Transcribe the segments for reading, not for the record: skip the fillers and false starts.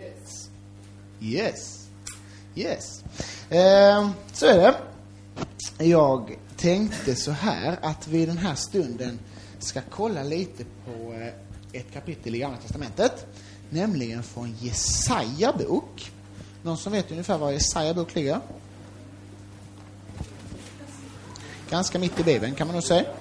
Yes. Så är det. Jag tänkte så här att vi den här stunden ska kolla lite på ett kapitel i Gamla testamentet, nämligen från Jesaja bok. Någon som vet ungefär var Jesaja bok ligger? Ganska mitt i Bibeln kan man nog säga.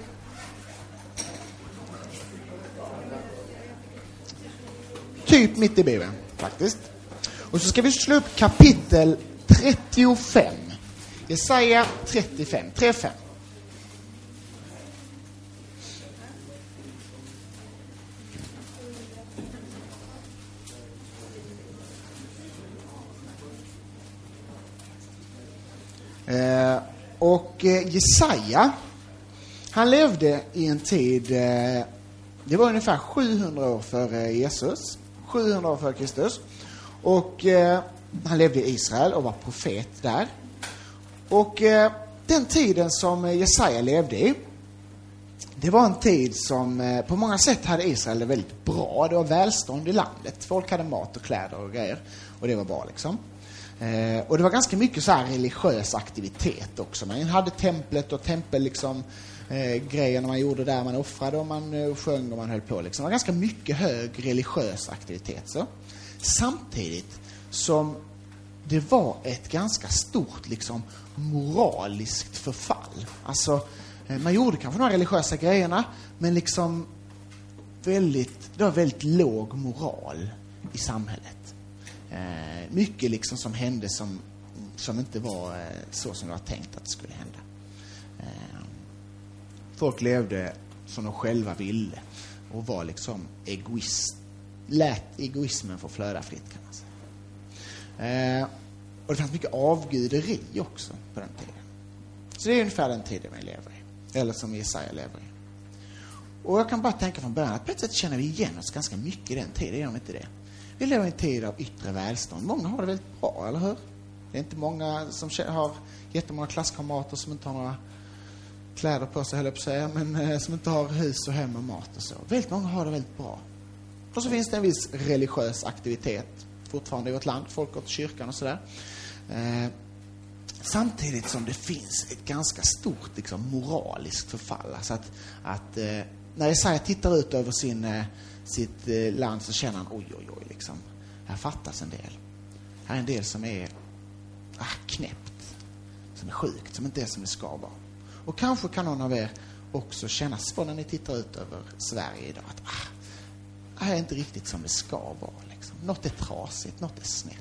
Typ mitt i Bibeln faktiskt. Och så ska vi slå upp kapitel 35. Jesaja 35. 35. Och Jesaja, han levde i en tid, det var ungefär 700 år före Jesus, 700 år före Kristus. Och han levde i Israel och var profet där. Och den tiden som Jesaja levde i, det var en tid som på många sätt hade Israel det väldigt bra. Det var välstånd i landet. Folk hade mat och kläder och grejer. Och det var bra liksom. Och det var ganska mycket så här religiös aktivitet också. Man hade templet och tempel liksom, grejerna man gjorde där. Man offrade och man sjöng och man höll på liksom. Det var ganska mycket hög religiös aktivitet så. Samtidigt som det var ett ganska stort liksom moraliskt förfall. Alltså man gjorde kanske några religiösa grejerna, men liksom det var väldigt låg moral i samhället. Mycket liksom som hände som inte var så som det var tänkt att det skulle hända. Folk levde som de själva ville och var liksom lät egoismen få flöda fritt kan man säga. Och det fanns mycket avguderi också på den tiden. Så det är ungefär den tiden vi lever i. Eller som Jesaja lever i. Och jag kan bara tänka från början att på ett sätt känner vi igen oss ganska mycket i den tiden. Gör de inte det? Vi lever i en tid av yttre välstånd. Många har det väldigt bra, eller hur? Det är inte många som har jättemånga klasskamrater som inte har några kläder på sig, höll jag på att säga, men som inte har hus och hem och mat och så. Väldigt många har det väldigt bra. Och så finns det en viss religiös aktivitet fortfarande i vårt land. Folk går till kyrkan och sådär. Samtidigt som det finns ett ganska stort liksom, moraliskt förfall. Alltså att när Jesaja tittar ut över sitt land så känner han oj, liksom. Här fattas en del. Här är en del som är knäppt. Som är sjukt, som inte är som det ska vara. Och kanske kan någon av er också känna så när ni tittar ut över Sverige idag. Att här är inte riktigt som det ska vara. Liksom. Något är trasigt, något är snett.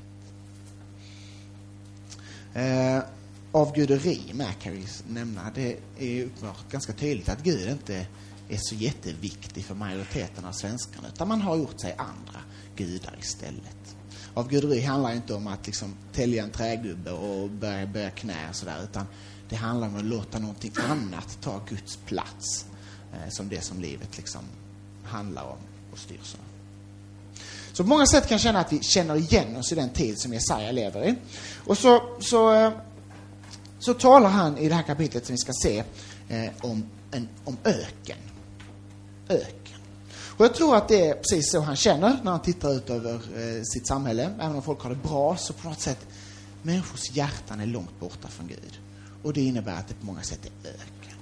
Avguderi med kan vi nämna. Det är uppenbart ganska tydligt att Gud inte är så jätteviktig för majoriteten av svenskarna, utan man har gjort sig andra gudar istället. Avguderi handlar inte om att liksom tälja en trägubbe och börja knä och sådär, utan det handlar om att låta någonting annat ta Guds plats, som det som livet liksom handlar om och styrs av. Så på många sätt kan jag känna att vi känner igen oss i den tid som Jesaja lever i. Och så talar han i det här kapitlet som vi ska se om öken. Och jag tror att det är precis så han känner när han tittar ut över sitt samhälle. Även om folk har det bra, så på något sätt människors hjärtan är långt borta från Gud. Och det innebär att det på många sätt är öken.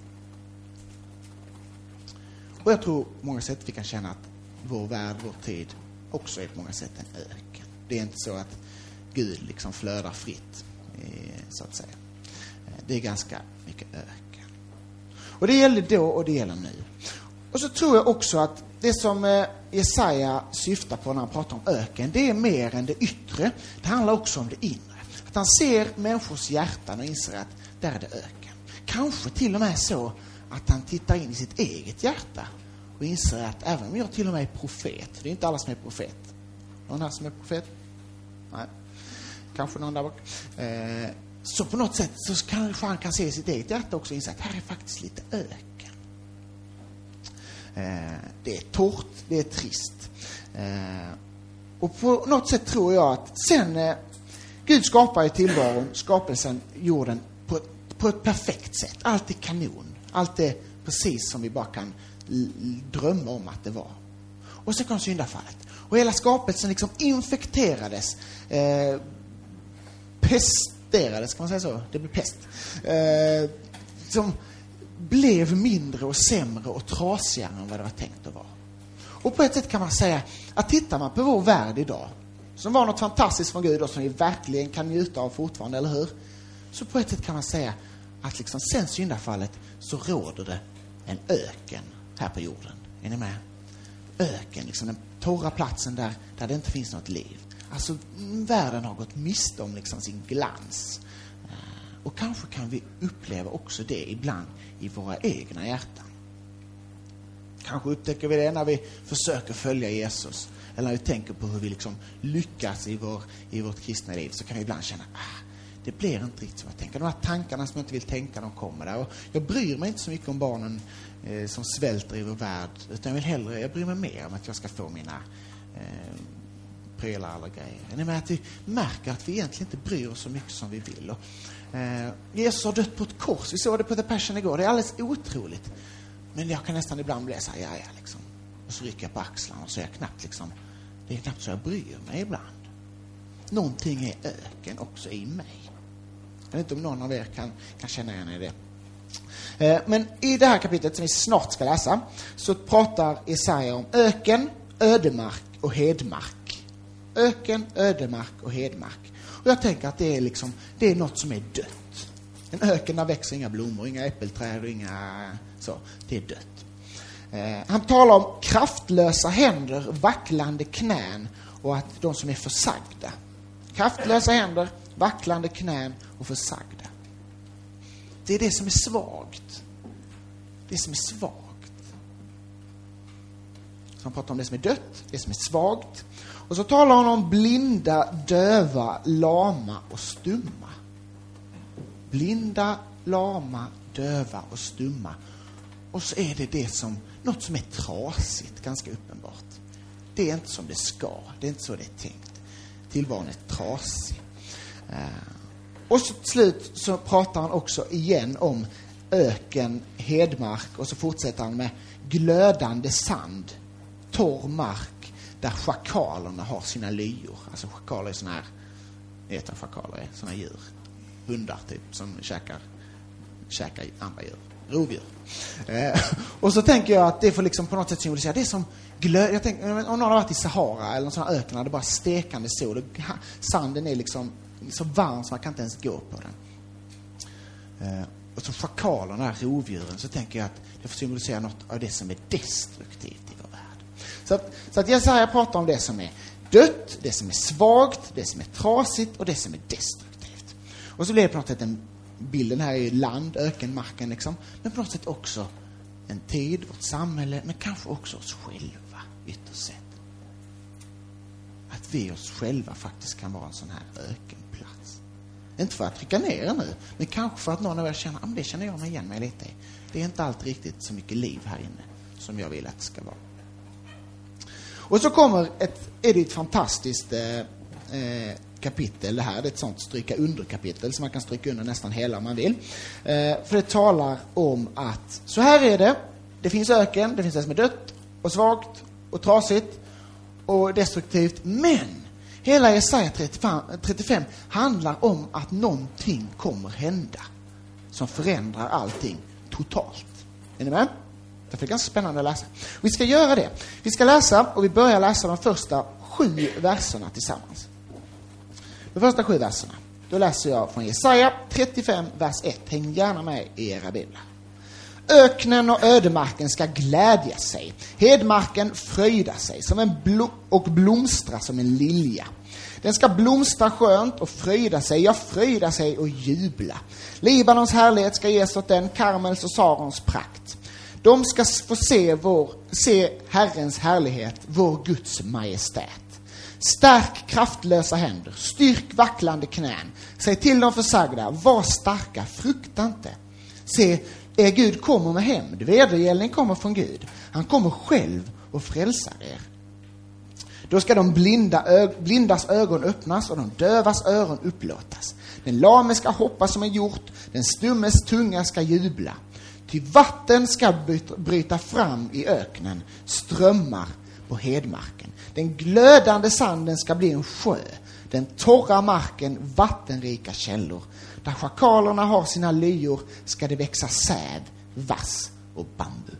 Och jag tror på många sätt vi kan känna att vår värld, vår tid också är på många sätt en öken. Det är inte så att Gud liksom flödar fritt, så att säga. Det är ganska mycket öken. Och det gäller då och det gäller nu. Och så tror jag också att det som Jesaja syftar på när han pratar om öken, det är mer än det yttre. Det handlar också om det inre. Att han ser människors hjärtan och inser att där är det öken. Kanske till och med så att han tittar in i sitt eget hjärta och inser att även om jag till och med är profet, det är inte alla som är profet. Någon här som är profet? Nej. Kanske någon där bak. Så på något sätt så kanske han kan se i sitt eget hjärta också och inse att här är faktiskt lite öken. Det är torrt, det är trist. Och på något sätt tror jag att sen Gud skapar i tillvaron, skapelsen, jorden på ett perfekt sätt. Allt är kanon. Allt är precis som vi bara kan drömma om att det var. Och så kom syndafallet. Och hela skapelsen liksom infekterades, pesterades, kan man säga så? Det blir pest. Som blev mindre och sämre och trasigare än vad det var tänkt att vara. Och på ett sätt kan man säga att tittar man på vår värld idag, som var något fantastiskt från Gud och som vi verkligen kan njuta av fortfarande, eller hur? Så på ett sätt kan man säga att liksom sen syndafallet så råder det en öken här på jorden. Är ni med? Öken, liksom den torra platsen där det inte finns något liv. Alltså världen har gått miste om liksom sin glans. Och kanske kan vi uppleva också det ibland i våra egna hjärtan. Kanske upptäcker vi det när vi försöker följa Jesus. Eller när vi tänker på hur vi liksom lyckas i vårt kristna liv. Så kan vi ibland känna, det blir inte riktigt som jag tänker. De här tankarna som jag inte vill tänka, de kommer där. Och jag bryr mig inte så mycket om barnen som svälter i vår värld. Utan jag bryr mig mer om att jag ska få mina prylar eller grejer. Det är med att vi märker att vi egentligen inte bryr oss så mycket som vi vill. Och, Jesus har dött på ett kors. Vi såg det på The Passion igår. Det är alldeles otroligt. Men jag kan nästan ibland bli så här, liksom. Och så rycker jag på axlarna och så är jag knappt liksom, det är knappt så jag bryr mig ibland. Någonting är öken också i mig. Jag vet inte om någon av er kan känna igen i det. Men i det här kapitlet som vi snart ska läsa så pratar Jesaja om öken, ödemark och hedmark. Öken, ödemark och hedmark. Och jag tänker att det är något som är dött. En öken där växer inga blommor, inga äppelträd och inga så. Det är dött. Han talar om kraftlösa händer, vacklande knän och att de som är försagda. Kraftlösa händer, vacklande knän och försagda. Det är det som är svagt. Det som är svagt. Så han pratar om det som är dött, det som är svagt. Och så talar han om blinda, döva, lama och stumma. Blinda, lama, döva och stumma. Och så är det som något som är trasigt, ganska uppenbart. Det är inte som det ska. Det är inte så det är tänkt. Tillvaron är trasig. Och så till slut så pratar han också igen om öken, hedmark. Och så fortsätter han med glödande sand, torr mark där schakalerna har sina lyor. Alltså schakaler är såna här, vet vad schakaler är? Såna djur. Hundar typ som käkar andra djur. Rovdjur. Och så tänker jag att det får liksom på något sätt symbolisera det som glöd. Jag tänker, om någon har varit i Sahara eller någon sån här öken där det är bara stekande sol och sanden är liksom så varm så man kan inte ens gå på den. Och så schakalerna, rovdjuren, så tänker jag att det får symbolisera något av det som är destruktivt i vår värld. Så att Jesaja pratar om det som är dött, det som är svagt, det som är trasigt och det som är destruktivt. Och så blir det på något sätt bilden här är land, ökenmarken liksom. Men på något sätt också en tid, vårt samhälle, men kanske också oss själva ytterst sett. Att vi oss själva faktiskt kan vara en sån här ökenplats. Inte för att trycka ner er nu, men kanske för att någon av er känner, det känner jag mig igen mig lite i. Det är inte alltid riktigt så mycket liv här inne som jag vill att det ska vara. Och så kommer ett fantastiskt kapitel det här. Det är ett sånt stryka under kapitel som man kan stryka under nästan hela om man vill. För det talar om att så här är det. Det finns öken, det finns det som är dött och svagt och trasigt och destruktivt. Men hela Jesaja 35 handlar om att någonting kommer hända som förändrar allting totalt. Är ni med? Det är ganska spännande att läsa. Vi ska göra det. Vi ska läsa och vi börjar läsa de första 7 verserna tillsammans. De första 7 verserna. Då läser jag från Jesaja 35, vers 1. Häng gärna med i era biblar. Öknen och ödemarken ska glädja sig. Hedmarken fröjda sig som och blomstra som en lilja. Den ska blomstra skönt och fröjda sig, ja fröjda sig och jubla. Libanons härlighet ska ges åt den, Karmels och Sarons prakt. De ska få se Herrens härlighet, vår Guds majestät. Stärk kraftlösa händer, styrk vacklande knän. Säg till de försagda, var starka, frukta inte. Se, er Gud kommer med hämnd, vedergällning kommer från Gud. Han kommer själv och frälsar er. Då ska de blindas ögon öppnas och de dövas öron upplåtas. Den lame ska hoppa som en hjort, den stummes tunga ska jubla. Ty vatten ska bryta fram i öknen, strömmar på hedmarken. Den glödande sanden ska bli en sjö. Den torra marken vattenrika källor. Där schakalerna har sina lyor ska det växa säv, vass och bambu.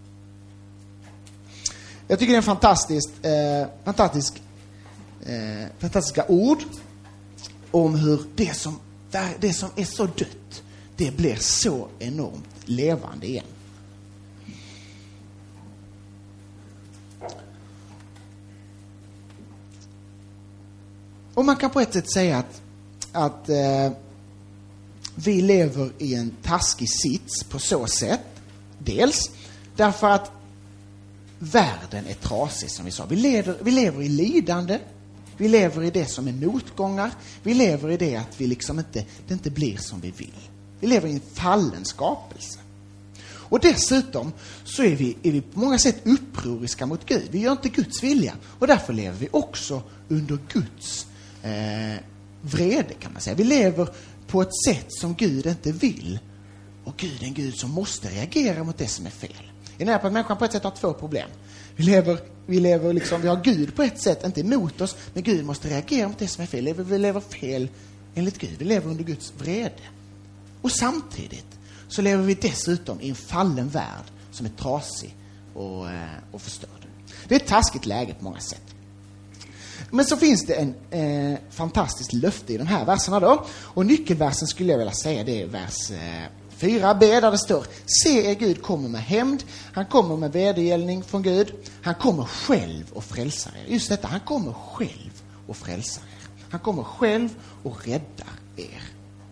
Jag tycker det är fantastiska ord om hur det som är så dött, det blir så enormt levande igen. Och man kan på ett sätt säga att vi lever i en taskig sits på så sätt. Dels därför att världen är trasig, som vi sa. Vi lever i lidande. Vi lever i det som är motgångar. Vi lever i det att det inte blir som vi vill. Vi lever i en fallen skapelse. Och dessutom så är vi på många sätt upproriska mot Gud. Vi gör inte Guds vilja. Och därför lever vi också under Guds vrede, kan man säga. Vi lever på ett sätt som Gud inte vill. Och Gud är en Gud som måste reagera mot det som är fel. Det är på att människan på ett sätt har två problem. Vi har Gud på ett sätt, inte emot oss, men Gud måste reagera mot det som är fel. Vi lever fel enligt Gud. Vi lever under Guds vrede. Och samtidigt så lever vi dessutom i en fallen värld som är trasig och förstörd. Det är ett taskigt läge på många sätt. Men så finns det en fantastisk löfte i de här verserna då. Och nyckelversen skulle jag vilja säga, det är vers 4b där det står: se er Gud kommer med hämnd, han kommer med vedergällning från Gud, han kommer själv och frälsar er. Just detta, han kommer själv och frälsar er. Han kommer själv och räddar er.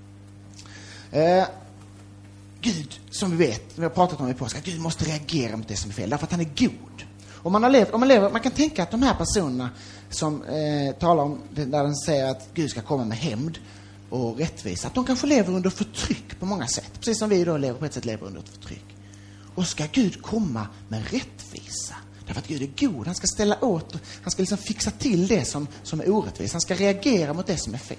Gud, som vi vet, vi har pratat om i påsk, att Gud måste reagera mot det som är fel, därför att han är god. Och man kan tänka att de här personerna som talar om det, där de säger att Gud ska komma med hämnd och rättvisa, att de kanske lever under förtryck på många sätt, precis som vi då lever under ett förtryck. Och ska Gud komma med rättvisa, därför att Gud är god, han ska ställa åt, han ska fixa till det som är orättvist, han ska reagera mot det som är fel.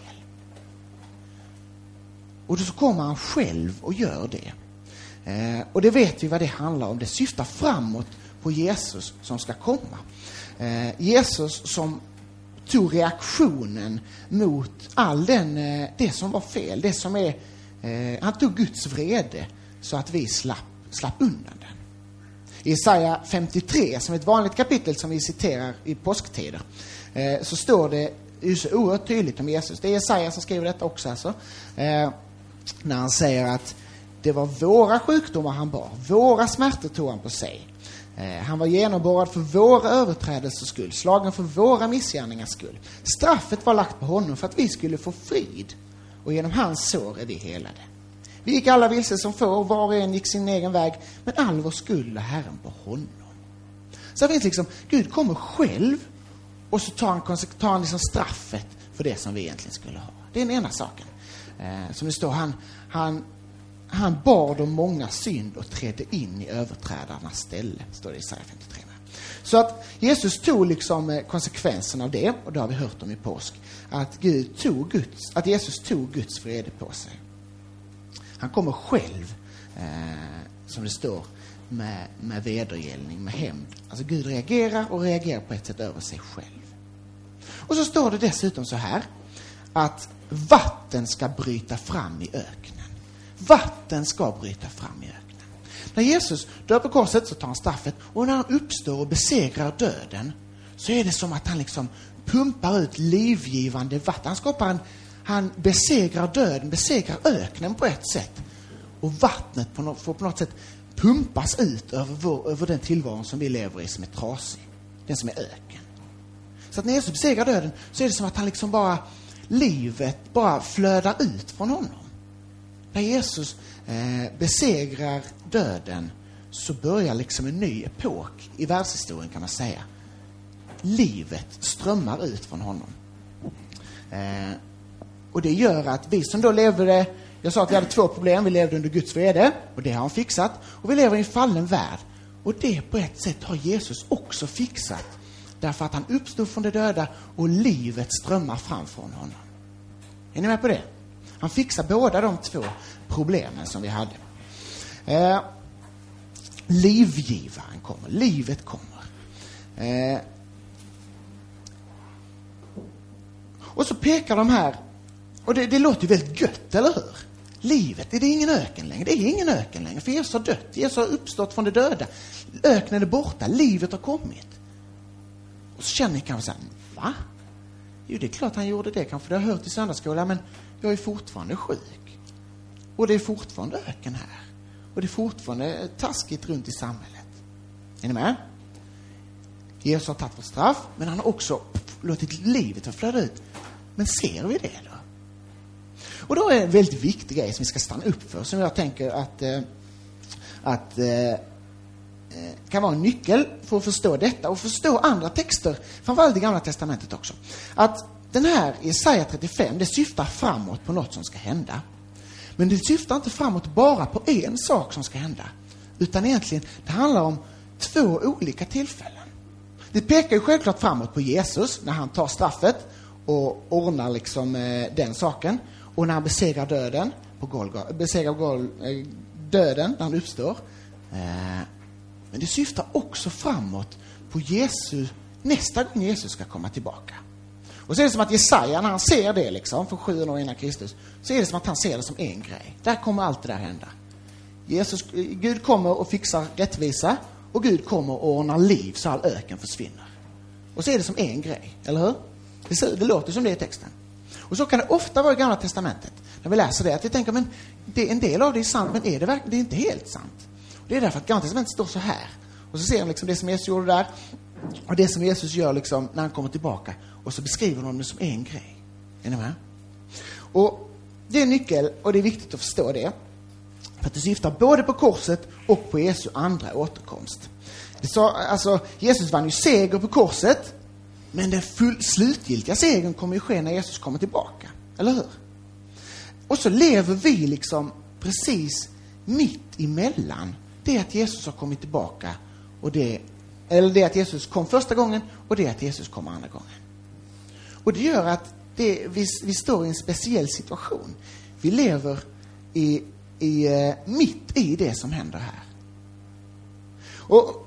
Och då så kommer han själv och gör det. Och det vet vi vad det handlar om. Det syftar framåt på Jesus som ska komma. Jesus som tog reaktionen mot all det som var fel. Det som är, han tog Guds vrede så att vi slapp undan den. I Jesaja 53, som är ett vanligt kapitel som vi citerar i påsktider, så står det ju så oerhört tydligt om Jesus. Det är Jesaja som skriver detta också alltså. När han säger att det var våra sjukdomar han bar, våra smärtor tog han på sig. Han var genomborrad för våra överträdelsers skull, slagen för våra missgärningars skull. Straffet var lagt på honom för att vi skulle få frid, och genom hans sår är vi helade. Vi gick alla vilse som får, var och en gick sin egen väg, men all vår skuld är Herren på honom. Så det finns Gud kommer själv och så tar han straffet för det som vi egentligen skulle ha. Det är den ena saken. Som det står, han bar de många synd och trädde in i överträdarnas ställe, står det i Jesaja 53. Så att Jesus tog konsekvensen av det, och det har vi hört om i påsk, att Jesus tog Guds vrede på sig. Han kommer själv, som det står, med vedergällning, med hämnd. Alltså Gud reagerar på ett sätt över sig själv. Och så står det dessutom så här, att vatten ska bryta fram i öknen. Vatten ska bryta fram i öknen. När Jesus dör på korset så tar han straffet, och när han uppstår och besegrar döden så är det som att han pumpar ut livgivande vatten. Han besegrar döden, besegrar öknen på ett sätt, och vattnet får på något sätt pumpas ut över den tillvaron som vi lever i, som är trasig, den som är öken. Så att när Jesus besegrar döden så är det som att han livet bara flödar ut från honom. När Jesus besegrar döden så börjar en ny epok i världshistorien, kan man säga. Livet strömmar ut från honom. Och det gör att vi som då levde, jag sa att vi hade två problem. Vi levde under Guds vrede, och det har han fixat. Och vi lever i en fallen värld, och det på ett sätt har Jesus också fixat. Därför att han uppstod från de döda och livet strömmar fram från honom. Är ni med på det? Han fixar båda de två problemen som vi hade. Livgivaren kommer, livet kommer. Och så pekar de här, och det låter ju väldigt gött, eller hur? Livet, det är ingen öken längre. Det är ingen öken längre, för Jesus har dött. Jesus har uppstått från det döda. Öknen är borta, livet har kommit. Och så känner ni kanske så här, va? Jo, det är klart han gjorde det, kanske det har hört i söndagsskolan, men jag är fortfarande sjuk. Och det är fortfarande öken här. Och det är fortfarande taskigt runt i samhället. Är ni med? Jesus har tagit vårt straff, men han har också låtit livet flöda ut. Men ser vi det då? Och då är det en väldigt viktig grej som vi ska stanna upp för, som jag tänker att kan vara en nyckel för att förstå detta och förstå andra texter, framförallt i Gamla testamentet också. Att den här Jesaja 35, det syftar framåt på något som ska hända. Men det syftar inte framåt bara på en sak som ska hända, utan egentligen det handlar om 2 olika tillfällen. Det pekar ju självklart framåt på Jesus när han tar straffet och ordnar liksom den saken, och när han besegrar döden på döden när han uppstår. Men det syftar också framåt på nästa gång Jesus ska komma tillbaka. Och så är det som att Jesaja, när han ser det liksom för 700 år innan Kristus, så är det som att han ser det som en grej. Där kommer allt det där hända. Gud kommer och fixar rättvisa, och Gud kommer och ordnar liv så all öken försvinner. Och så är det som en grej, eller hur? Det låter som det i texten. Och så kan det ofta vara i Gamla testamentet när vi läser det, att vi tänker, men en del av det är sant, men är det verkligen? Det är inte helt sant. Och det är därför att Gamla testamentet står så här. Och så ser de liksom det som Jesus gjorde där, och det som Jesus gör liksom när han kommer tillbaka. Och så beskriver de det som en grej. Är ni med? Och det är nyckel, och det är viktigt att förstå det. För att det syftar både på korset och på Jesu andra återkomst. Alltså, Jesus vann ju seger på korset, men den slutgiltiga segern kommer ju ske när Jesus kommer tillbaka. Eller hur? Och så lever vi liksom precis mitt emellan det att Jesus har kommit tillbaka och det att Jesus kom första gången och det att Jesus kom andra gången. Och det gör att vi står i en speciell situation. Vi lever mitt i det som händer här. Och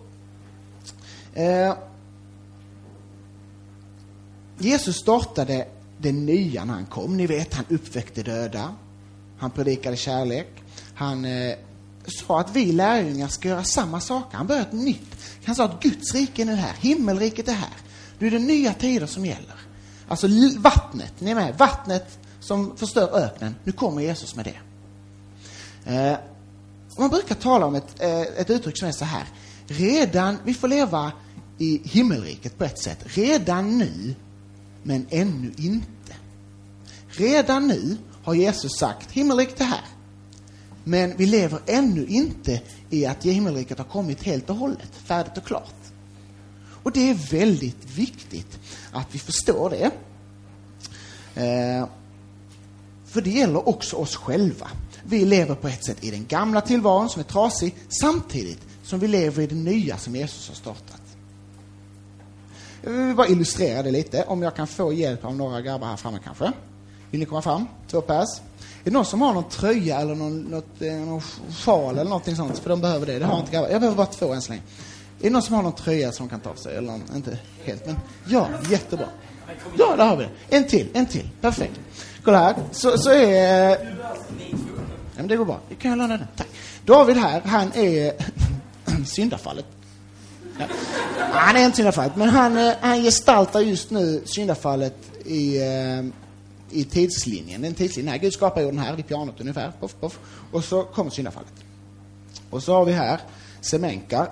Jesus startade det nya när han kom. Ni vet, han uppväckte döda. Han predikade kärlek. Han sa att vi lärjungar ska göra samma saker. Han började ett nytt. Han sa att Guds rike är nu här. Himmelriket är här. Nu är det nya tider som gäller. Alltså vattnet, ni är med? Vattnet som förstör öknen. Nu kommer Jesus med det. Man brukar tala om ett uttryck som är så här. Vi får leva i himmelriket på ett sätt. Redan nu, men ännu inte. Redan nu har Jesus sagt, himmelriket är här. Men vi lever ännu inte i att himmelriket har kommit helt och hållet, färdigt och klart. Och det är väldigt viktigt att vi förstår det. För det gäller också oss själva. Vi lever på ett sätt i den gamla tillvaron som är trasig, samtidigt som vi lever i det nya som Jesus har startat. Jag vill bara illustrera det lite. Om jag kan få hjälp av några grabbar här framme kanske. Vill ni komma fram? 2 pers. Är det någon som har någon tröja eller någon sjal eller någonting sånt? För de behöver det. Det har inte grabbar. Jag behöver bara 2 än så länge. Är det någon som har någon tröja som kan ta av sig? Eller inte helt, men ja, jättebra. Ja, där har vi det. En till. Perfekt. Kolla här. Så är... Ja, men det går bra. Det kan jag låna den. Tack. David här, han är syndafallet. Ja. Han är inte syndafallet, men han gestaltar just nu syndafallet i tidslinjen. Den tidslinjen här. Gud skapar jorden här i pianot ungefär. Poff, poff. Och så kommer syndafallet. Och så har vi här Semenka.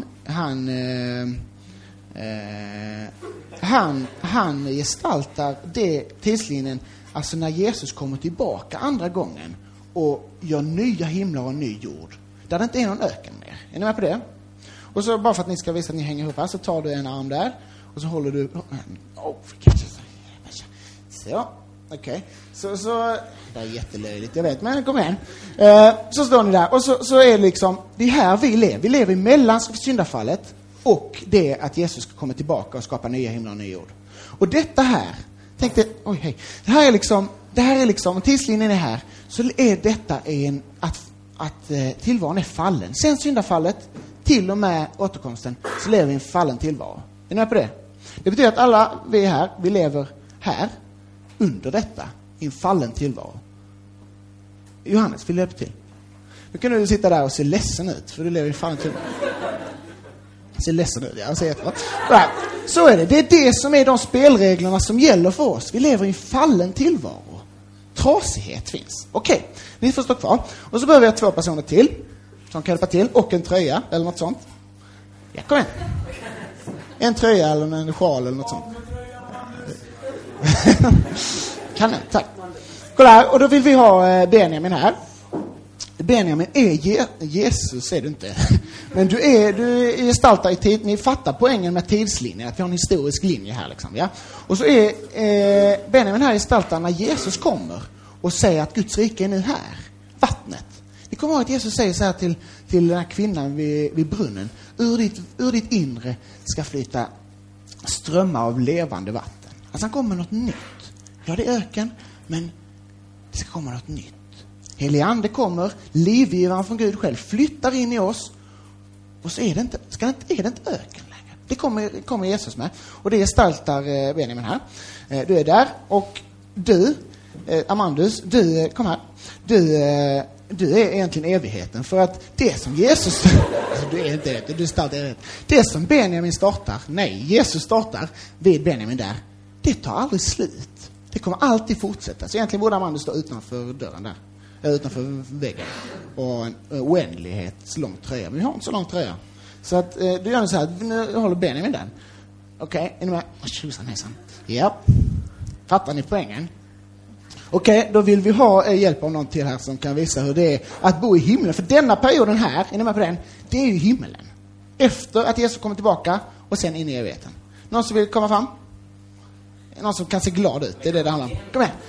Han gestaltar det tidslinjen, alltså när Jesus kommer tillbaka andra gången och gör nya himlar och ny jord. Där det inte är någon öken mer. Är ni med på det? Och så bara för att ni ska visa att ni hänger ihop här, så tar du en arm där och så håller du... Så, okej. Så det är jättelöjligt, jag vet, men kom igen. Så står ni där och så är det liksom, det är här vi lever. Vi lever mellan syndafallet och det att Jesus ska komma tillbaka och skapa nya himlar och ny jord. Och detta här, tänkte, det här är liksom, tidslinjen är här, så är detta att tillvaron är fallen. Sen syndafallet till och med återkomsten så lever vi i en fallen tillvaro. Är ni med på det? Det betyder att alla vi är här, vi lever här. under detta i en fallen tillvaro. Johannes, vill du hjälpa till? Nu kan du sitta där och se ledsen ut, för du lever i en fallen tillvaro. Se ledsen ut, jag säger jättebra. Så är det. Det är det som är de spelreglerna som gäller för oss. Vi lever i en fallen tillvaro. Trasighet finns. Okej, ni får stå kvar. Och så behöver jag 2 personer till som kan hjälpa till. Och en tröja, eller något sånt. Ja, kom igen. En tröja eller en sjal eller något sånt. Kanon, tack. Kolla här, och då vill vi ha Benjamin här. Benjamin är Jesus, är du inte. Men du gestaltar i tid. Ni fattar poängen med tidslinjen, att vi har en historisk linje här liksom, ja. Och så är Benjamin här gestaltar när Jesus kommer och säger att Guds rike är nu här. Vattnet. Ni kommer ihåg att Jesus säger så här till den här kvinnan vid brunnen. Ur ditt inre ska flyta strömmar av levande vatten. Alltså han kommer något nytt. Ja, det är öken, men det ska komma något nytt. Helig ande kommer, livgivaren från Gud själv flyttar in i oss. Och så är det inte öken längre. Det kommer Jesus med. Och det gestaltar Benjamin här. Du är där. Och du, Amandus, du, kom här. Du är egentligen evigheten. För att det som Jesus... Alltså, du är inte det, du startar evigheten. Det som Benjamin startar, Jesus startar vid Benjamin där, det tar aldrig slut. Det kommer alltid fortsätta. Så egentligen borde Amandus stå utanför dörren där. Utanför väggen. Och en oändlighet lång tröja. Men vi har inte så lång tröja. Så att du gör så här. Nu håller Benjamin den. Okej, är ni med? Tjusan hejsan. Ja. Fattar ni poängen? Okej, då vill vi ha hjälp av någon till här som kan visa hur det är att bo i himlen. För denna perioden här, är ni med på den? Det är ju himmelen. Efter att Jesus kommer tillbaka och sen in i evigheten. Någon som vill komma fram? Någon som kan se glad ut, det är det handlar om. Kom igen.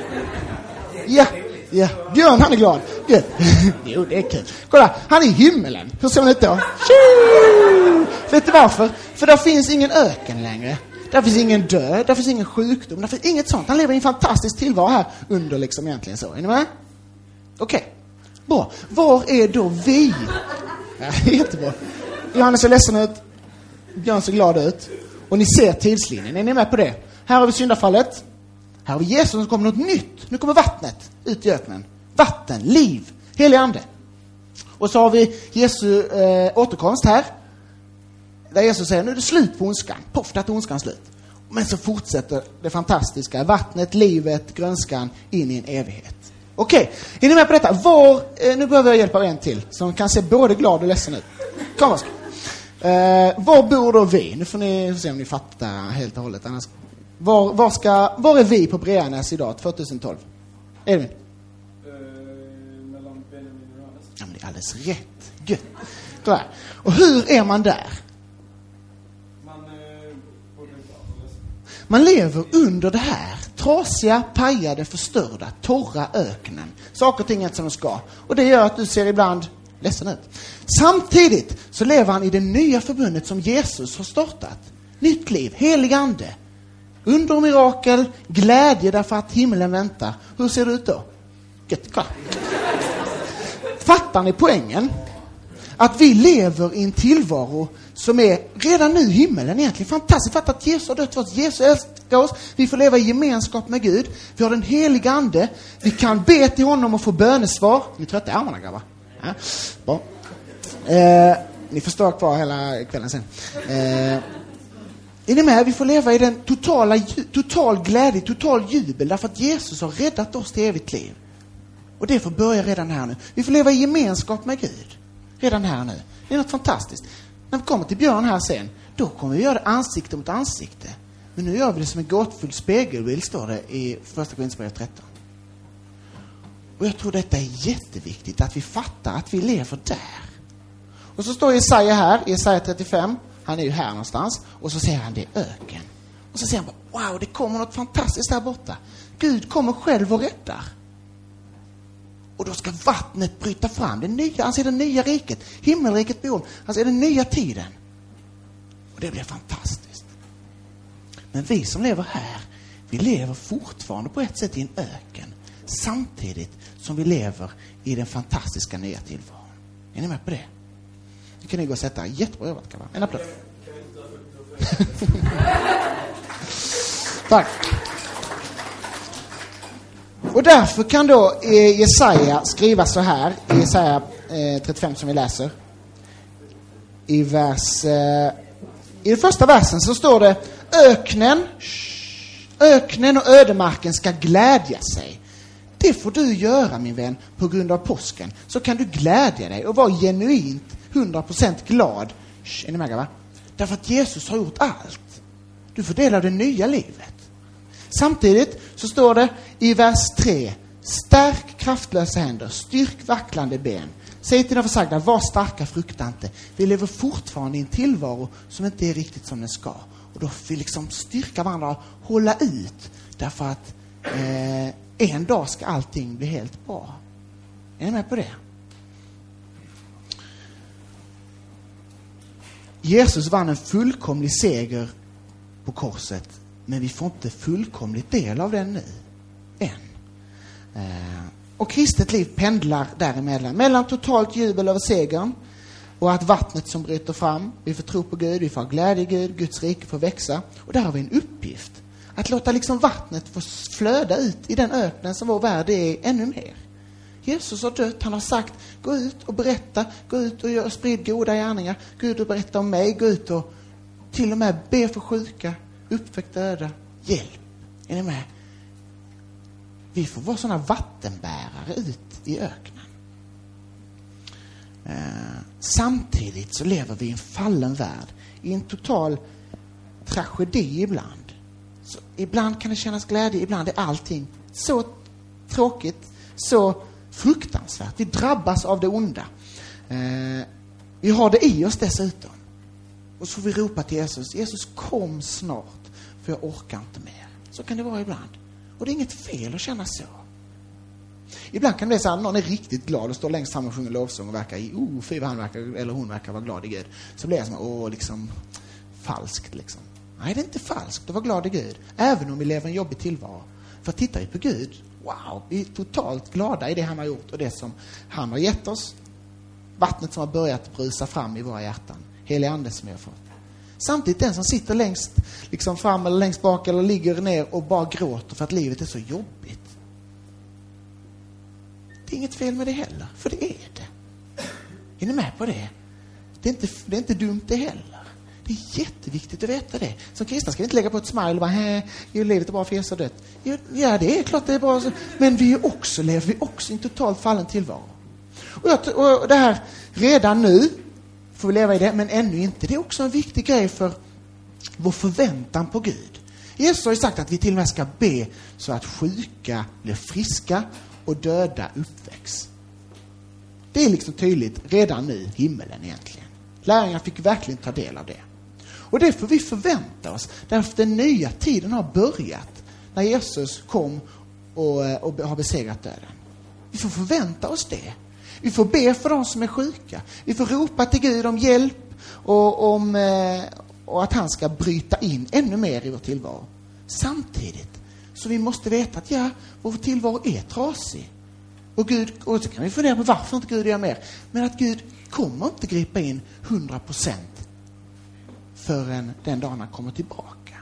Ja. Ja, Björn, han är glad. Jo, det är kul. Kolla, han är i himmelen. Hur ser han ut då? Vet du varför? För där finns ingen öken längre. Där finns ingen död, där finns ingen sjukdom, där finns inget sånt. Han lever i en fantastisk tillvaro här under liksom egentligen så. Är ni med? Okej. Bra. Var är då vi? Ja, jättebra. Johannes är ledsen ut. Björn ser glad ut. Och ni ser tidslinjen. Är ni med på det? Här har vi syndafallet. Här har vi Jesus som kommer något nytt. Nu kommer vattnet ut i öknen. Vatten, liv, helig ande. Och så har vi Jesu återkomst här. Där Jesus säger, nu är det slut på ondskan. Poff, där är ondskan slut. Men så fortsätter det fantastiska. Vattnet, livet, grönskan in i en evighet. Okej, är ni med på detta? Nu behöver jag hjälpa en till som kan se både glad och ledsen ut. Kom Oskar. Var bor då vi? Nu får ni se om ni fattar helt och hållet. Annars... Var är vi på Breanäs idag 2012? Edvin? Mellan Benjamin och Johannes. Ja, men det är alldeles rätt. Gött. Där. Och hur är man där? Man lever under det här. Trasiga, pajade, förstörda, torra öknen. Saker och ting inte som de ska. Och det gör att du ser ibland ledsen ut. Samtidigt så lever han i det nya förbundet som Jesus har startat. Nytt liv, helig ande. Under mirakel, glädje därför att himlen väntar. Hur ser det ut då? Gött, klar. Fattar ni poängen? Att vi lever i en tillvaro som är redan nu himmelen egentligen. Fantastiskt. Fattar att Jesus har dött för oss. Jesus älskar oss. Vi får leva i gemenskap med Gud. Vi har den heliga ande. Vi kan be till honom och få bönesvar. Ni trötta i armarna, grabbar? Ja, bra. Ni får stå kvar hela kvällen sen. Är ni med? Vi får leva i den total glädje, total jubel därför att Jesus har räddat oss till evigt liv. Och det får börja redan här nu. Vi får leva i gemenskap med Gud redan här nu. Det är något fantastiskt. När vi kommer till Björn här sen, då kommer vi göra det ansikte mot ansikte. Men nu gör vi det som en gåtfull spegelbild, står det i första Korinthierbrevet 13. Och jag tror detta är jätteviktigt, att vi fattar att vi lever där. Och så står Jesaja här, Jesaja 35. Han är ju här någonstans. Och så ser han det öken. Och så ser han bara, wow, det kommer något fantastiskt där borta. Gud kommer själv och räddar. Och då ska vattnet bryta fram. Det nya, han ser det nya riket. Himmelriket bor. Han ser den nya tiden. Och det blir fantastiskt. Men vi som lever här, vi lever fortfarande på ett sätt i en öken. Samtidigt som vi lever i den fantastiska nya tillvaron. Är ni med på det? Nu kan ni gå och sätta. Jättebra jobbat, grabbar. En applåd. Tack. Och därför kan då Jesaja skriva så här, i Jesaja 35 som vi läser. I den första versen så står det: öknen och ödemarken ska glädja sig. Det får du göra, min vän, på grund av påsken. Så kan du glädja dig och vara genuint 100% glad. Är ni med, va? Därför att Jesus har gjort allt. Du får del av det nya livet. Samtidigt så står det i vers 3: stärk kraftlösa händer, styrk vacklande ben. Säg till de försagda: var starka, frukta inte. Vi lever fortfarande i en tillvaro som inte är riktigt som den ska. Och då får vi liksom styrka varandra och hålla ut. Därför att en dag ska allting bli helt bra. Är ni med på det? Jesus vann en fullkomlig seger på korset. Men vi får inte fullkomligt del av den nu. Än. Och kristet liv pendlar däremellan. Mellan totalt jubel över segern och att vattnet som bryter fram. Vi får tro på Gud, vi får ha glädje i Gud, Guds rike får växa. Och där har vi en uppgift. Att låta liksom vattnet få flöda ut i den öknen som vår värld är ännu mer. Jesus har dött, han har sagt: gå ut och berätta, gå ut och sprid goda gärningar, gå ut och berätta om mig, gå ut och till och med be för sjuka, uppväckt döda, hjälp. Är ni med? Vi får vara sådana vattenbärare ut i öknen. Samtidigt så lever vi i en fallen värld, i en total tragedi ibland. Så ibland kan det kännas glädje, ibland är allting så tråkigt, så fruktansvärt. Vi drabbas av det onda. Vi har det i oss dessutom. Och så får vi ropa till Jesus: Jesus, kom snart, för jag orkar inte mer. Så kan det vara ibland. Och det är inget fel att känna så. Ibland kan det vara så att någon är riktigt glad och står längst fram och sjunger lovsång och verkar fy vad han verkar, eller hon verkar vara glad i Gud. Så blir jag som liksom falskt liksom. Nej, det är inte falskt att vara glad i Gud. Även om vi lever en jobbig tillvaro. För tittar vi på Gud, wow, vi är totalt glada i det han har gjort och det som han har gett oss. Vattnet som har börjat brusa fram i våra hjärtan. Helig ande som jag har fått. Samtidigt den som sitter längst liksom fram eller längst bak eller ligger ner och bara gråter för att livet är så jobbigt. Det är inget fel med det heller, för det är det. Är ni med på det? Det är inte dumt det heller. Det är jätteviktigt att veta det. Som kristna ska vi inte lägga på ett smile och bara, livet är bra för Jesus har dött. Ja, det är klart det är bra. Men vi lever också i en totalt fallen tillvaro. Och det här, redan nu får vi leva i det, men ännu inte. Det är också en viktig grej för vår förväntan på Gud. Jesus har ju sagt att vi till och med ska be så att sjuka blir friska och döda uppväcks. Det är liksom tydligt redan nu, himmelen egentligen. Lärjungarna fick verkligen ta del av det. Och det får vi förvänta oss, därför att den nya tiden har börjat när Jesus kom och har besegrat döden. Vi får förvänta oss det. Vi får be för de som är sjuka. Vi får ropa till Gud om hjälp och att han ska bryta in ännu mer i vår tillvaro. Samtidigt så vi måste veta att vår tillvaro är trasig. Och så kan vi fundera på varför inte Gud gör mer. Men att Gud kommer inte gripa in 100% förrän den dagen han kommer tillbaka.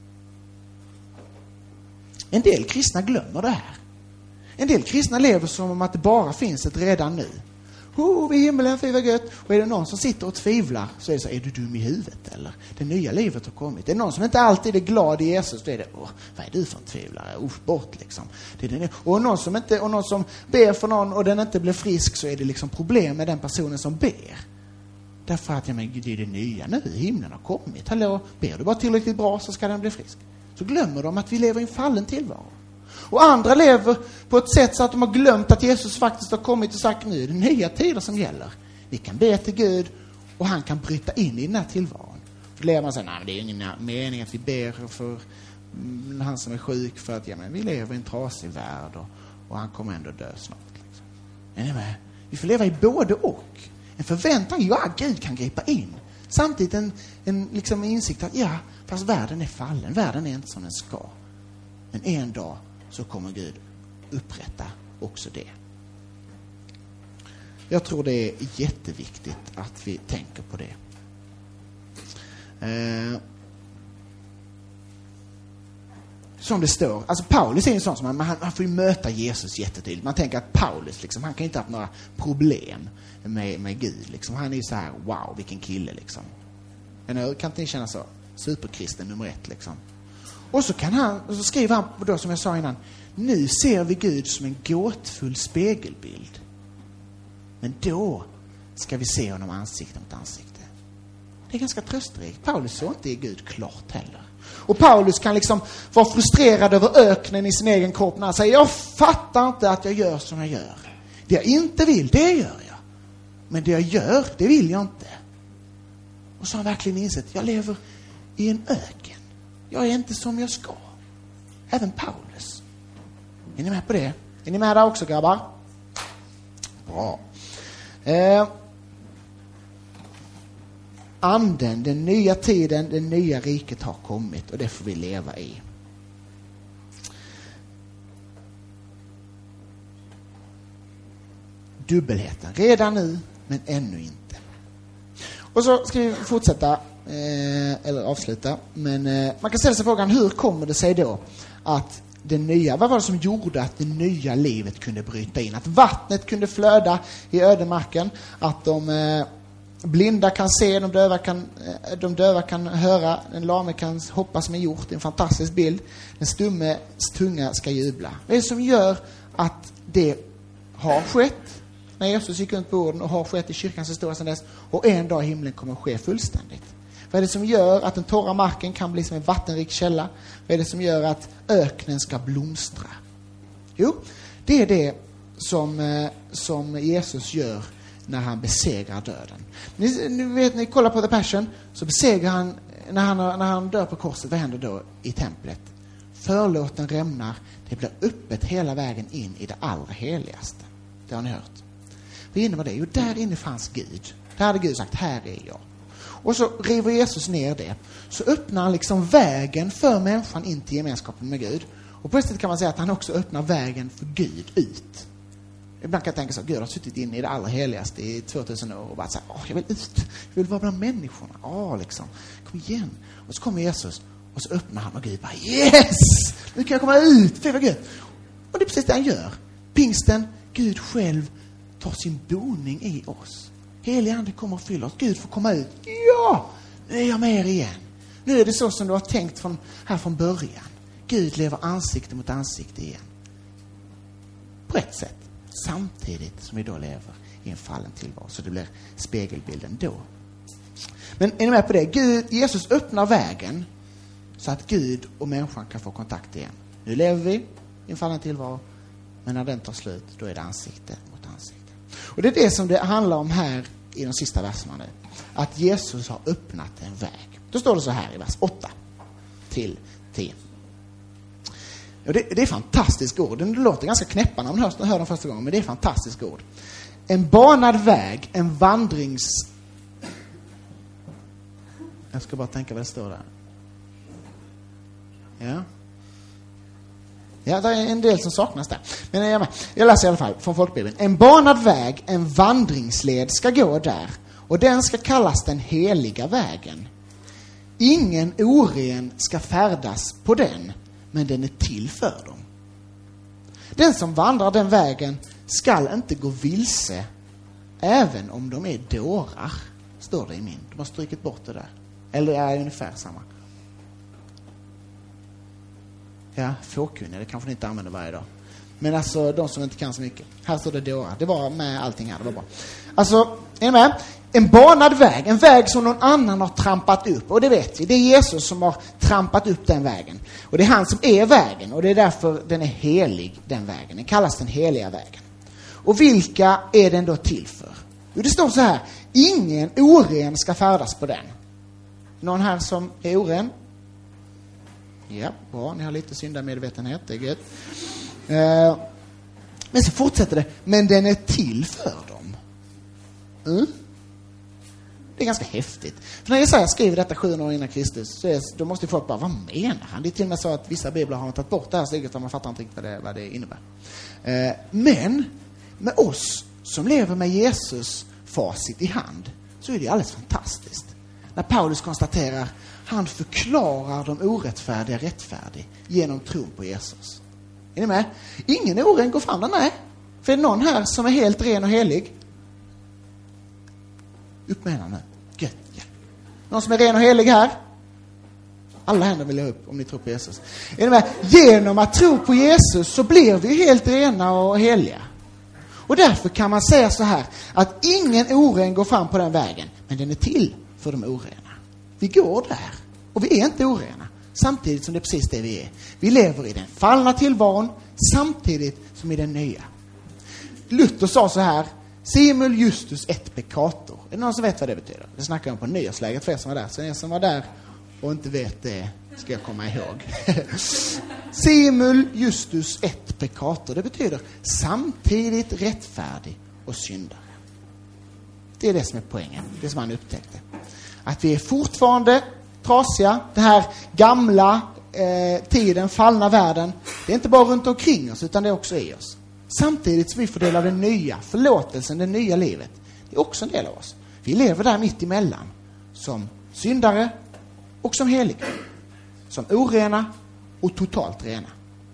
En del kristna glömmer det här. En del kristna lever som om att det bara finns ett redan nu. Vi är himmelen, för gött. Och är det någon som sitter och tvivlar så är det så: är du dum i huvudet eller? Det nya livet har kommit. Det är någon som inte alltid är glad i Jesus, då är det: vad är du för en tvivlare? Bort liksom. Det är det. Och någon som ber för någon och den inte blir frisk, så är det liksom problem med den personen som ber. Därför att det är det nya nu, himlen har kommit. Hallå, ber du bara tillräckligt bra så ska den bli frisk. Så glömmer de att vi lever i en fallen tillvaro. Och andra lever på ett sätt så att de har glömt att Jesus faktiskt har kommit och sagt: nu är det nya tider som gäller. Vi kan be till Gud och han kan bryta in i den här tillvaron. För lever man så här: nej, men det är ingen mening att vi ber för han som är sjuk, för att vi lever i en trasig värld och han kommer ändå dö snart. Liksom. Är ni med? Vi får leva i både och. En förväntan, Gud kan gripa in. Samtidigt en liksom insikt att fast världen är fallen. Världen är inte som den ska. Men en dag så kommer Gud upprätta också det. Jag tror det är jätteviktigt att vi tänker på det. som det står. Alltså Paulus är en sån som han får ju möta Jesus jättetydligt. Man tänker att Paulus liksom, han kan inte ha några problem med Gud liksom. Han är ju så här, wow, vilken kille liksom. Kan inte ni känna så? Superkristen nummer 1 liksom. Och så skriver han då, som jag sa innan, nu ser vi Gud som en gåtfull spegelbild. Men då ska vi se honom ansikte mot ansikte. Det är ganska tröstrikt. Paulus såg inte i Gud klart heller. Och Paulus kan liksom vara frustrerad över öknen i sin egen kropp när han säger, jag fattar inte att jag gör som jag gör. Det jag inte vill, det gör jag. Men det jag gör, det vill jag inte. Och så har han verkligen insett, jag lever i en öken. Jag är inte som jag ska. Även Paulus. Är ni med på det? Är ni med där också, grabbar? Bra. Anden, den nya tiden, det nya riket har kommit och det får vi leva i. Dubbelheten. Redan nu, men ännu inte. Och så ska vi fortsätta, eller avsluta. Men man kan ställa sig frågan, hur kommer det sig då att det nya, vad var det som gjorde att det nya livet kunde bryta in? Att vattnet kunde flöda i ödemarken, att de blinda kan se, de döva kan höra, den lame kan hoppa som en hjort. Det är en fantastisk bild. Den stumme tunga ska jubla. Vad är det som gör att det har skett när Jesus gick runt på jorden och har skett i kyrkans historia sedan dess, och en dag i himlen kommer att ske fullständigt? Vad är det som gör att den torra marken kan bli som en vattenrik källa? Vad är det som gör att öknen ska blomstra? Jo, det är det som Jesus gör när han besegrar döden. Ni kollar på The Passion, så besegrar han när han dör på korset. Vad händer då i templet? Förlåten rämnar, det blir öppet hela vägen in i det allra heligaste. Det har ni hört. Vad innebär det? Jo, där inne fanns Gud. Där hade Gud sagt, här är jag. Och så river Jesus ner det. Så öppnar han liksom vägen för människan in till gemenskapen med Gud. Och på ett sätt kan man säga att han också öppnar vägen för Gud ut. Ibland kan jag tänka så, Gud har suttit inne i det allra heligaste i 2000 år och bara så här, jag vill ut, jag vill vara bland människorna. Liksom, kom igen. Och så kommer Jesus och så öppnar han och Gud bara, yes! Nu kan jag komma ut, fy vad Gud. Och det är precis det han gör. Pingsten, Gud själv tar sin boning i oss. Helig ande kommer och fyller oss. Gud får komma ut. Ja, nu är jag med er igen. Nu är det så som du har tänkt från början. Gud lever ansikte mot ansikte igen. På ett sätt. Samtidigt som vi då lever i en fallen tillvaro. Så det blir spegelbilden då. Men är ni med på det? Jesus öppnar vägen så att Gud och människan kan få kontakt igen. Nu lever vi i en fallen tillvaro. Men när den tar slut, då är det ansikte mot ansikte. Och det är det som det handlar om här i de sista verserna nu. Att Jesus har öppnat en väg. Då står det så här i vers 8 till 10. Och det är fantastiskt ord. Det låter ganska knäppa när man hör dem första gången, men det är fantastiskt ord. En banad väg, en vandrings... Jag ska bara tänka vad det står där. Ja, det är en del som saknas där. Men jag läser i alla fall från Folkbibeln. En banad väg, en vandringsled ska gå där. Och den ska kallas den heliga vägen. Ingen oren ska färdas på den, men den är till för dem. Den som vandrar den vägen skall inte gå vilse, även om de är dårar. Står det i min. De har strykit bort det där. Eller är ungefär samma. Ja, fåkunniga, det kanske ni inte använder varje dag. Men alltså, de som inte kan så mycket. Här står det dårar. Det var med allting här, det var bra. Alltså, är ni med? En banad väg, en väg som någon annan har trampat upp. Och det vet vi, det är Jesus som har trampat upp den vägen. Och det är han som är vägen, och det är därför den är helig, den vägen. Den kallas den heliga vägen. Och vilka är den då till för? Jo, det står så här, ingen oren ska färdas på den. Någon här som är oren? Ja, bra, ni har lite syndamedvetenhet, det är gött. Men så fortsätter det, men den är till för dem. Det är ganska häftigt. För när Jesaja skriver detta 700 år innan Kristus, då måste folk bara, vad menar han? Det är till och med så att vissa biblar har tagit bort det här steget, man fattar inte riktigt vad det innebär. Men med oss som lever med Jesus facit i hand, så är det alldeles fantastiskt. när Paulus konstaterar han förklarar de orättfärdiga rättfärdig genom tron på Jesus. Är ni med? Ingen oren går fram där, nej. För är det någon här som är helt ren och helig? Upp med henne nu. Gött, ja. Någon som är ren och helig här? Alla händer vill jag upp om ni tror på Jesus. Är ni med? Genom att tro på Jesus så blir vi helt rena och heliga. Och därför kan man säga så här, att ingen oren går fram på den vägen, men den är till för de orena. Vi går där och vi är inte orena, samtidigt som det är precis det vi är. Vi lever i den fallna tillvaron samtidigt som i den nya. Luther sa så här, simul justus et peccator. Är det någon som vet vad det betyder? Det snackar jag om på nyårsläget för er som var där. Så er som var där och inte vet det ska jag komma ihåg. Simul justus et peccator. Det betyder samtidigt rättfärdig och syndare. Det är det som är poängen. Det som han upptäckte. Att vi är fortfarande trasiga. Den här gamla tiden, fallna världen. Det är inte bara runt omkring oss utan det är också i oss. Samtidigt som vi får del av den nya förlåtelsen, det nya livet. Det är också en del av oss. Vi lever där mitt emellan. Som syndare och som heliga. Som orena och totalt rena.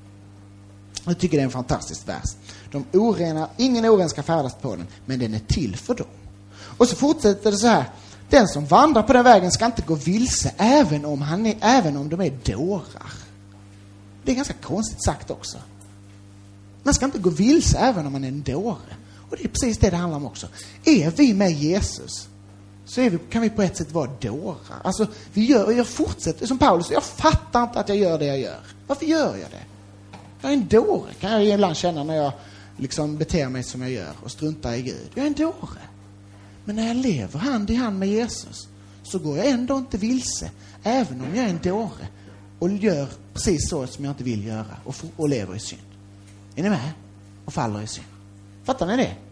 Jag tycker det är en fantastisk vers. De orena, ingen oren ska färdas på den, men den är till för dem. Och så fortsätter det så här. Den som vandrar på den vägen ska inte gå vilse även om de är dårar. Det är ganska konstigt sagt också. Man ska inte gå vilse även om man är en dåre. Och det är precis det handlar om också. Är vi med Jesus så kan vi på ett sätt vara dårar. Alltså jag fortsätter som Paulus. Jag fattar inte att jag gör det jag gör. Varför gör jag det? Jag är en dåre. Kan jag ibland känna när jag liksom beter mig som jag gör och struntar i Gud. Jag är en dåre. Men när jag lever hand i hand med Jesus så går jag ändå inte vilse. Även om jag är en dåre och gör precis så som jag inte vill göra och lever i synd. Är ni med? Och faller i synd. Fattar ni det?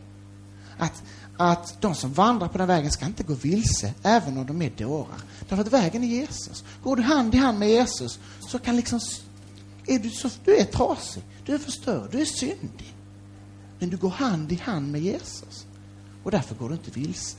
Att de som vandrar på den vägen ska inte gå vilse även om de är dårar. Därför att vägen är Jesus. Går du hand i hand med Jesus så kan liksom du är trasig, du är förstörd, du är syndig. Men du går hand i hand med Jesus. Och därför går du inte vilse.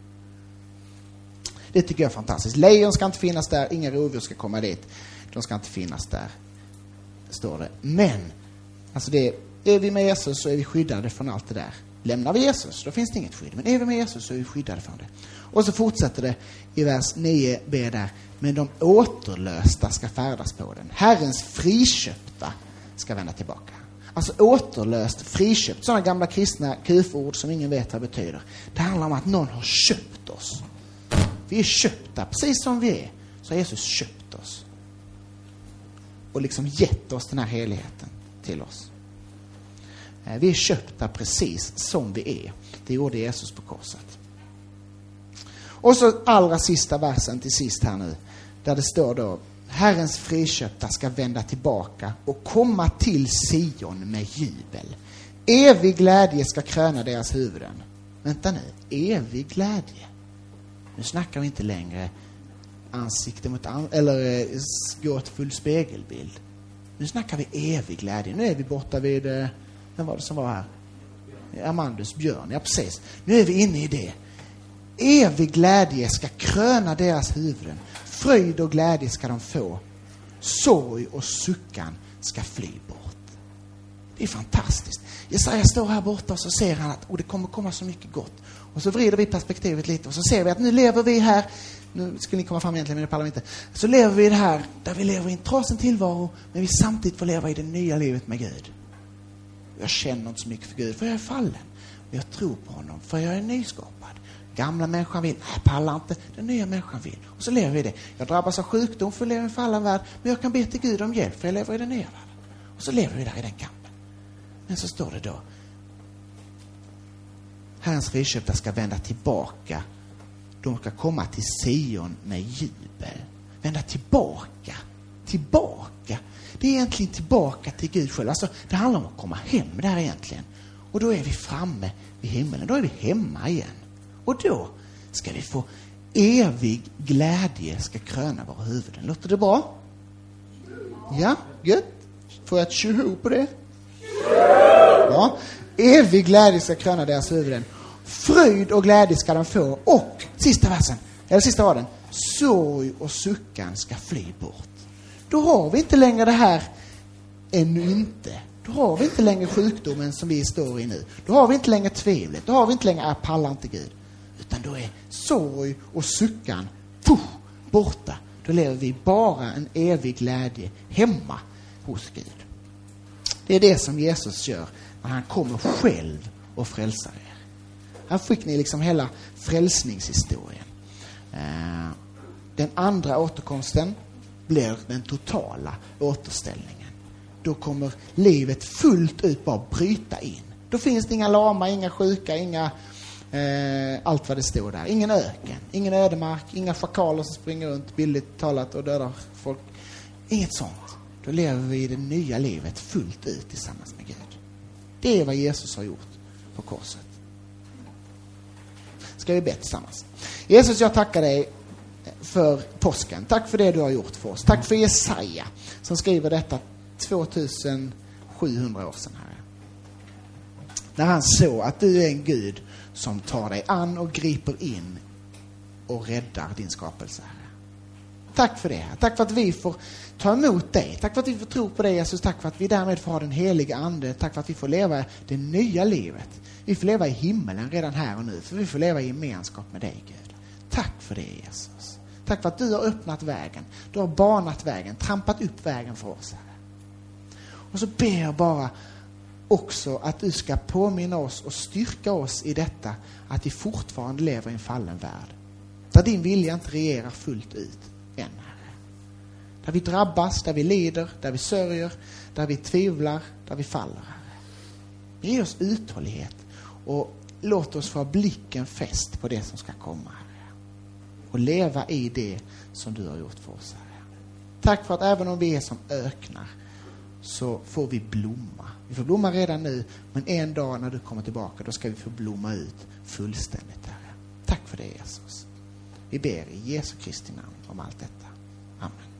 Det tycker jag är fantastiskt. Lejon ska inte finnas där, inga rovdjur ska komma dit. De ska inte finnas där, står det. Men alltså är vi med Jesus så är vi skyddade från allt det där. Lämnar vi Jesus, då finns det inget skydd. Men är vi med Jesus så är vi skyddade från det. Och så fortsätter det i vers 9b där. Men de återlösta ska färdas på den. Herrens friköpta ska vända tillbaka. Alltså återlöst, friköpt. Sådana gamla kristna kuford som ingen vet vad betyder. Det handlar om att någon har köpt oss. Vi är köpta, precis som vi är. Så har Jesus köpt oss. Och liksom gett oss den här heligheten till oss. Vi är köpta precis som vi är. Det gjorde Jesus på korset. Och så allra sista versen till sist här nu. Där det står då. Herrens friköpta ska vända tillbaka och komma till Sion med jubel. Evig glädje ska kröna deras huvuden. Vänta nu. Evig glädje. Nu snackar vi inte längre ansikte mot eller gå till full spegelbild. Nu snackar vi evig glädje. Nu är vi borta vid vem var det som var här? Amandus Björn. Ja, precis. Nu är vi inne i det. Evig glädje ska kröna deras huvuden. Fröjd och glädje ska de få. Sorg och suckan ska fly bort. Det är fantastiskt. Jesaja står här borta och så ser han att det kommer komma så mycket gott. Och så vrider vi perspektivet lite och så ser vi att nu lever vi här. Nu ska ni komma fram egentligen, men det pallar inte. Så lever vi det här där vi lever i en trasen tillvaro, men vi samtidigt får leva i det nya livet med Gud. Jag känner inte så mycket för Gud för jag är fallen. Men jag tror på honom för jag är nyskapad. Gamla människan vill, nej pallar inte. Den nya människan vill. Och så lever vi det. Jag drabbas av sjukdom för att leva i en fallen värld. Men jag kan be till Gud om hjälp för jag lever i den nya världen. Och så lever vi där i den kampen. Men så står det då. Herrens friköpta ska vända tillbaka. De ska komma till Sion med jubel. Vända tillbaka. Tillbaka. Det är egentligen tillbaka till Gud själv. Alltså, det handlar om att komma hem där egentligen. Och då är vi framme vid himmelen. Då är vi hemma igen. Och då ska vi få evig glädje ska kröna våra huvuden. Låter det bra? Ja, gött. Får jag ett tjoho på det? Ja. Evig glädje ska kröna deras huvuden. Fröjd och glädje ska de få. Och sista versen. eller sista raden, sorg och suckan ska fly bort. Då har vi inte längre det här ännu inte. Då har vi inte längre sjukdomen som vi står i nu. Då har vi inte längre tvivlet. Då har vi inte längre pallar inte Gud. Utan då är sorg och suckan borta. Då lever vi bara en evig glädje hemma hos Gud. Det är det som Jesus gör när han kommer själv och frälsar er. Här fick ni liksom hela frälsningshistorien. Den andra återkomsten blir den totala återställningen. Då kommer livet fullt ut bara bryta in. Då finns det inga lama, inga sjuka, inga allt vad det står där. Ingen öken, ingen ödemark, inga schakaler som springer runt billigt talat och dödar folk. Inget sånt. Då lever vi i det nya livet fullt ut tillsammans med Gud. Det är vad Jesus har gjort på korset. Ska vi be tillsammans. Jesus, jag tackar dig för påsken. Tack för det du har gjort för oss. Tack för Jesaja som skriver detta 2700 år sedan, Herre. När han såg att du är en Gud som tar dig an och griper in och räddar din skapelse, Herre. Tack för det. Tack för att vi får ta emot dig. Tack för att vi får tro på dig, Jesus. Tack för att vi därmed får ha den heliga ande. Tack för att vi får leva det nya livet. Vi får leva i himmelen redan här och nu. För vi får leva i gemenskap med dig, Gud. Tack för det, Jesus. Tack för att du har öppnat vägen. Du har banat vägen, trampat upp vägen för oss, Herre. Och så ber jag bara också att du ska påminna oss och styrka oss i detta att vi fortfarande lever i en fallen värld. Där din vilja inte regerar fullt ut än, Herre. Där vi drabbas, där vi lider, där vi sörjer, där vi tvivlar, där vi faller, Herre. Ge oss uthållighet och låt oss få blicken fäst på det som ska komma, Herre. Och leva i det som du har gjort för oss, Herre. Tack för att även om vi är som öknar så får vi blomma. Vi får blomma redan nu, men en dag när du kommer tillbaka, då ska vi få blomma ut fullständigt, Herre. Tack för det, Jesus. Vi ber i Jesu Kristi namn om allt detta. Amen.